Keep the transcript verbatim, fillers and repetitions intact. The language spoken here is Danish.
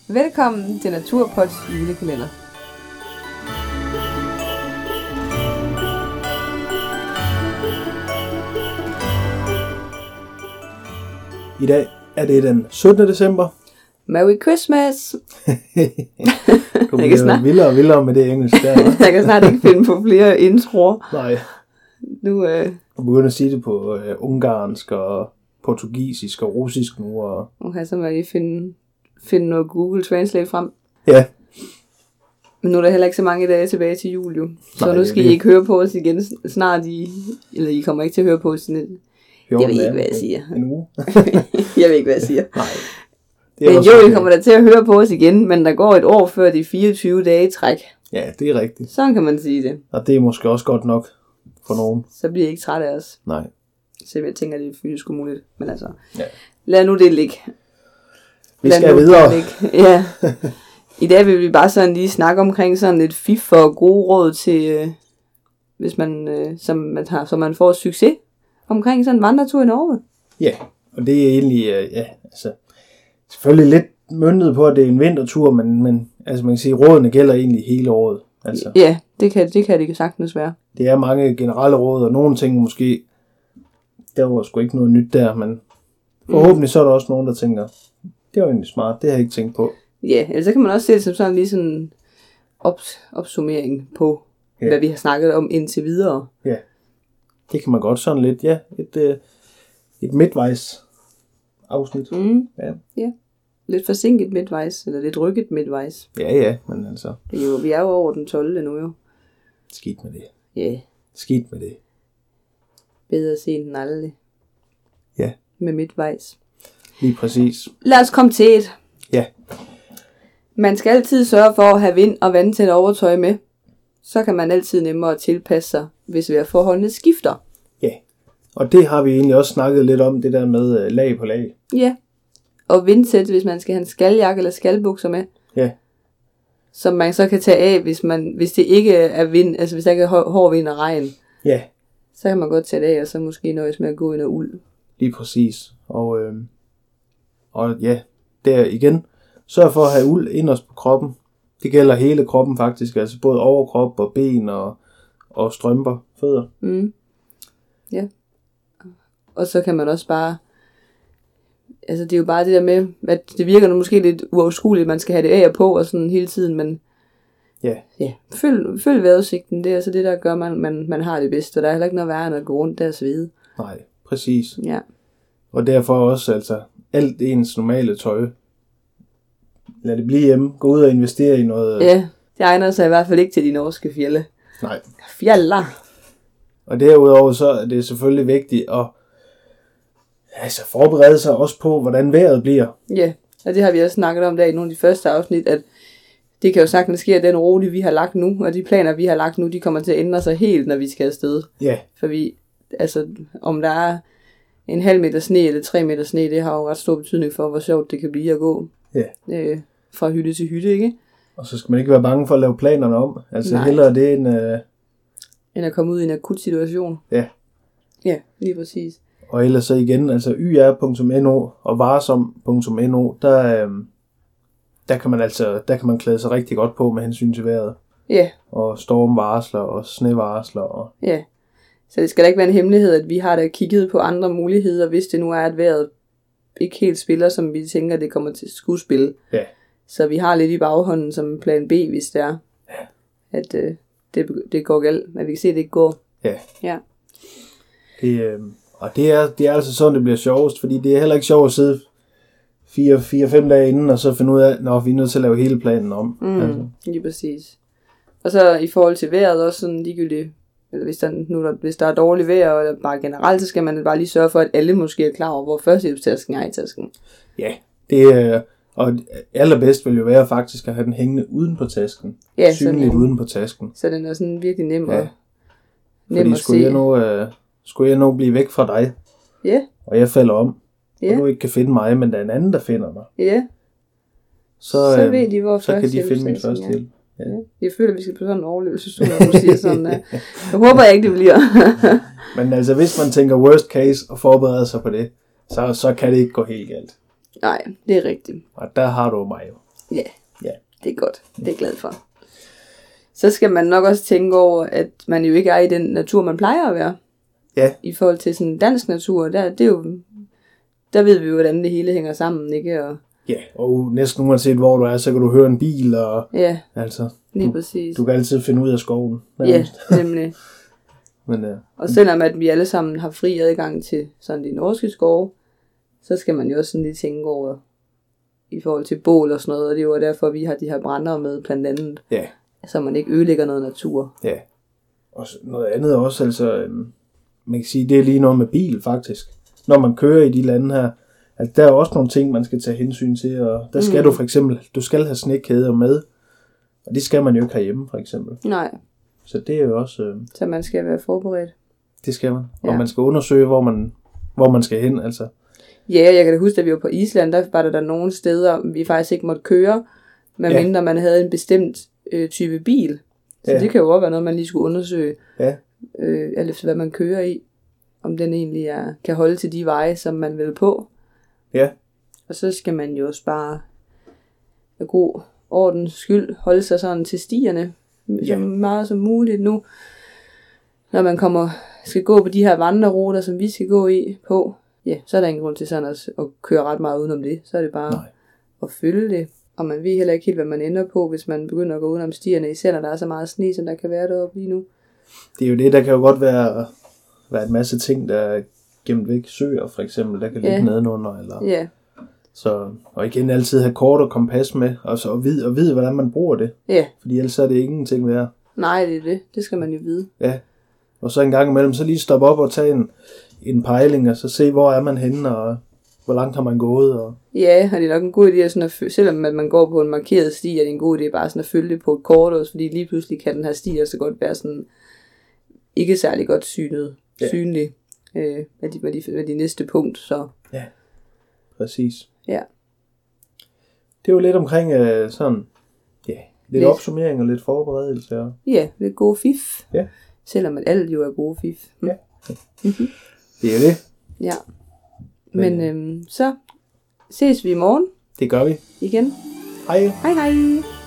Velkommen til Naturpods julekalender. I dag er det den syttende december. Merry Christmas! Du bliver vildere og vildere med det engelsk der. Jeg kan snart ikke finde på flere introer. Nej. Nu, øh... Du begynder at sige det på øh, ungarsk og portugisisk og russisk nu. Og... Okay, så må jeg lige finde, finde noget Google Translate frem. Ja. Men nu er der heller ikke så mange dage tilbage til jul, jo. Så Nej, nu skal I ikke høre på os igen snart. I, eller I kommer ikke til at høre på os. Sådan, jeg ved ikke, hvad jeg siger. En uge. Jeg ved ikke, hvad jeg siger. Nej. Men jo, I kommer der til at høre på os igen, men der går et år før de fireogtyve dage i træk. Ja, det er rigtigt. Sådan kan man sige det. Og det er måske også godt nok for nogen. Så bliver I ikke træt af os. Nej. Så jeg tænker, det er fysisk umuligt. Men altså, ja. Lad nu det ligge. Vi skal videre. Ja. I dag vil vi bare sådan lige snakke omkring sådan lidt fif og gode råd til, øh, hvis man, øh, som man har, så man får succes omkring sådan en vandretur i Norge. Ja, og det er egentlig, øh, ja, altså, selvfølgelig lidt møntet på, at det er en vintertur, men, men altså man kan sige, rådene gælder egentlig hele året. Altså, ja, det kan det kan det sagtens være. Det er mange generelle råd, og nogle ting måske, der var sgu ikke noget nyt der, men forhåbentlig så er der også nogen, der tænker, det var egentlig smart, det har jeg ikke tænkt på. Ja, eller så kan man også se det som sådan lige sådan en ops, opsummering på, ja. Hvad vi har snakket om indtil videre. Ja, det kan man godt sådan lidt, ja, et, øh, et midtvejs afsnit. Mm. Ja. Ja, lidt forsinket midtvejs, eller lidt rykket midtvejs. Ja, ja, men altså. Det er jo, vi er jo over den tolvte nu jo. Skidt med det. Ja. Yeah. Skidt med det. Bedre sent end aldrig. Ja. Med midtvejs. Lige præcis. Lad os komme til et. Ja. Man skal altid sørge for at have vind og vandtæt overtøj med. Så kan man altid nemmere tilpasse sig, hvis vejrforholdene skifter. Ja, og det har vi egentlig også snakket lidt om, det der med uh, lag på lag. Ja, og vindtæt, hvis man skal have en skaljakke eller skalbukser med. Ja. Som man så kan tage af, hvis, man, hvis det ikke er vind, altså hvis der ikke er hård vind og regn. Ja. Så kan man godt tage det af, og så måske nøjes med at gå ind og uld. Lige præcis. Og, øh, og ja, der igen, sørg for at have uld inderst på kroppen. Det gælder hele kroppen faktisk, altså både overkrop og ben og, og strømper, fødder. Mm. Ja. Og så kan man også bare, altså det er jo bare det der med, at det virker nu måske lidt uoverskueligt, at man skal have det af og på og sådan hele tiden, men ja, ja, følg, følg vejrudsigten, det er altså det, der gør, man, man, man har det bedst, og der er heller ikke noget værre end at gå rundt der og svede. Nej, præcis. Ja. Og derfor også, altså, alt ens normale tøj, lad det blive hjemme, gå ud og investere i noget. Ja, det egner sig i hvert fald ikke til de norske fjelle. Nej. Fjeller. Og derudover så er det selvfølgelig vigtigt at altså, forberede sig også på, hvordan vejret bliver. Ja, og det har vi også snakket om der i nogle af de første afsnit, at det kan jo sagtens ske, at den rute, vi har lagt nu, og de planer, vi har lagt nu, de kommer til at ændre sig helt, når vi skal afsted. Ja. For vi, altså, om der er en halv meter sne eller tre meter sne, det har jo ret stor betydning for, hvor sjovt det kan blive at gå. Ja. Øh, fra hytte til hytte, ikke? Og så skal man ikke være bange for at lave planerne om. Altså Nej. Hellere det end... Øh... end at komme ud i en akut situation. Ja. Ja, lige præcis. Og ellers så igen, altså y r punktum n o og varsom punktum n o, der, øh, der kan man altså, der kan man klæde sig rigtig godt på med hensyn til vejret. Ja. Og stormvarsler og snevarsler. Og... Ja. Så det skal da ikke være en hemmelighed, at vi har da kigget på andre muligheder, hvis det nu er, at vejret ikke helt spiller, som vi tænker, det kommer til skuespil. Ja. Så vi har lidt i baghånden som plan B, hvis det er, ja. at øh, det, det går galt, at vi kan se, at det ikke går. Ja. Ja. Det, øh, og det er, det er altså sådan, det bliver sjovest, fordi det er heller ikke sjovt at sidde fire, fire, fem dage inden, og så finde ud af, at vi er nødt til at lave hele planen om. Mm, altså. Lige præcis. Og så i forhold til vejret også sådan ligegyldigt, eller hvis der, nu der, hvis der er dårligt vejr, eller bare generelt, så skal man bare lige sørge for, at alle måske er klar over, hvor førstehjælpstasken er i tasken. Ja, det er, og allerbedst vil jo være faktisk at have den hængende uden på tasken. Ja, synligt uden på tasken. Så den er sådan virkelig nem, ja. at, nem Fordi at skulle se. Jeg nu, uh, skulle jeg nu blive væk fra dig, ja. og jeg falder om, ja. og du ikke kan finde mig, men der er en anden, der finder mig, ja. så, så, øh, ved de, hvor så kan de finde mit første ja. hjælp. Ja. Ja. Jeg føler, at vi skal på sådan en overlevelsestur, når du siger sådan. Uh, jeg håber jeg ikke, det bliver. Men altså, hvis man tænker worst case og forbereder sig på det, så, så kan det ikke gå helt galt. Nej, det er rigtigt. Og der har du mig jo. Ja, Ja. det er godt. Det er jeg glad for. Så skal man nok også tænke over, at man jo ikke er i den natur, man plejer at være. Ja. I forhold til sådan dansk natur, der, det er jo, der ved vi jo, hvordan det hele hænger sammen, ikke? Og, Ja, og næsten uanset hvor du er, så kan du høre en bil, og ja, altså, lige du, præcis. du kan altid finde ud af skoven. Ja, nærmest. nemlig. Men, ja. Og selvom at vi alle sammen har fri adgang til sådan de norske skove, så skal man jo også sådan lige tænke over i forhold til bål og sådan noget, og det er jo derfor, vi har de her brændere med blandt andet, Ja. så man ikke ødelægger noget natur. Ja. Og noget andet også, altså, øhm, man kan sige, det er lige noget med bil faktisk. Når man kører i de lande her, at der er også nogle ting, man skal tage hensyn til, og der skal mm. du for eksempel, du skal have snekæder med, og det skal man jo ikke herhjemme for eksempel. Nej. Så det er jo også, øh, Så man skal være forberedt. det skal man. Ja. Og man skal undersøge, hvor man, hvor man skal hen, altså. Ja, jeg kan da huske, at vi var på Island, der var der, der nogle steder, vi faktisk ikke måtte køre, medmindre ja. man havde en bestemt øh, type bil. Så ja. det kan jo også være noget, man lige skulle undersøge, Ja. øh, alt efter hvad man kører i, om den egentlig er, kan holde til de veje, som man vil på. Ja. Og så skal man jo også bare af god ordens skyld holde sig sådan til stierne, Ja. så meget som muligt nu, når man kommer, skal gå på de her vandreruter, som vi skal gå i på. Ja, så er der ingen grund til sådan at, at køre ret meget udenom det. Så er det bare Nej. at følge det. Og man ved heller ikke helt, hvad man ender på, hvis man begynder at gå udenom stierne, især når der er så meget sne, som der kan være deroppe lige nu. Det er jo det, der kan jo godt være, være en masse ting, der er gemt væk. Søer for eksempel, der kan ligge Ja. nedenunder. Eller, Ja, så, og igen altid have kort og kompas med, og så og vide, og vide, hvordan man bruger det. ja. Fordi ellers er det ingenting værd. Nej, det er det. Det skal man jo vide. Ja. Og så en gang imellem, så lige stoppe op og tage en, en pejling, og så se, hvor er man henne, og hvor langt har man gået. Og Ja, og det er nok en god idé, at sådan at, selvom at man går på en markeret sti, er det en god idé bare sådan at følge det på et kort også, fordi lige pludselig kan den her sti altså godt være sådan ikke særlig godt synet, Ja. synlig øh, med, de, med, de, med de næste punkt, så ja, præcis. ja. Det er jo lidt omkring øh, sådan, ja, lidt, Lidt. lidt opsummering og lidt forberedelse. Og, Ja, lidt gode fif. Ja. Selvom at alt jo er gode fif. Ja. Det er det. Ja. Men øhm, så ses vi i morgen Det gør vi. igen. Hej. Hej hej.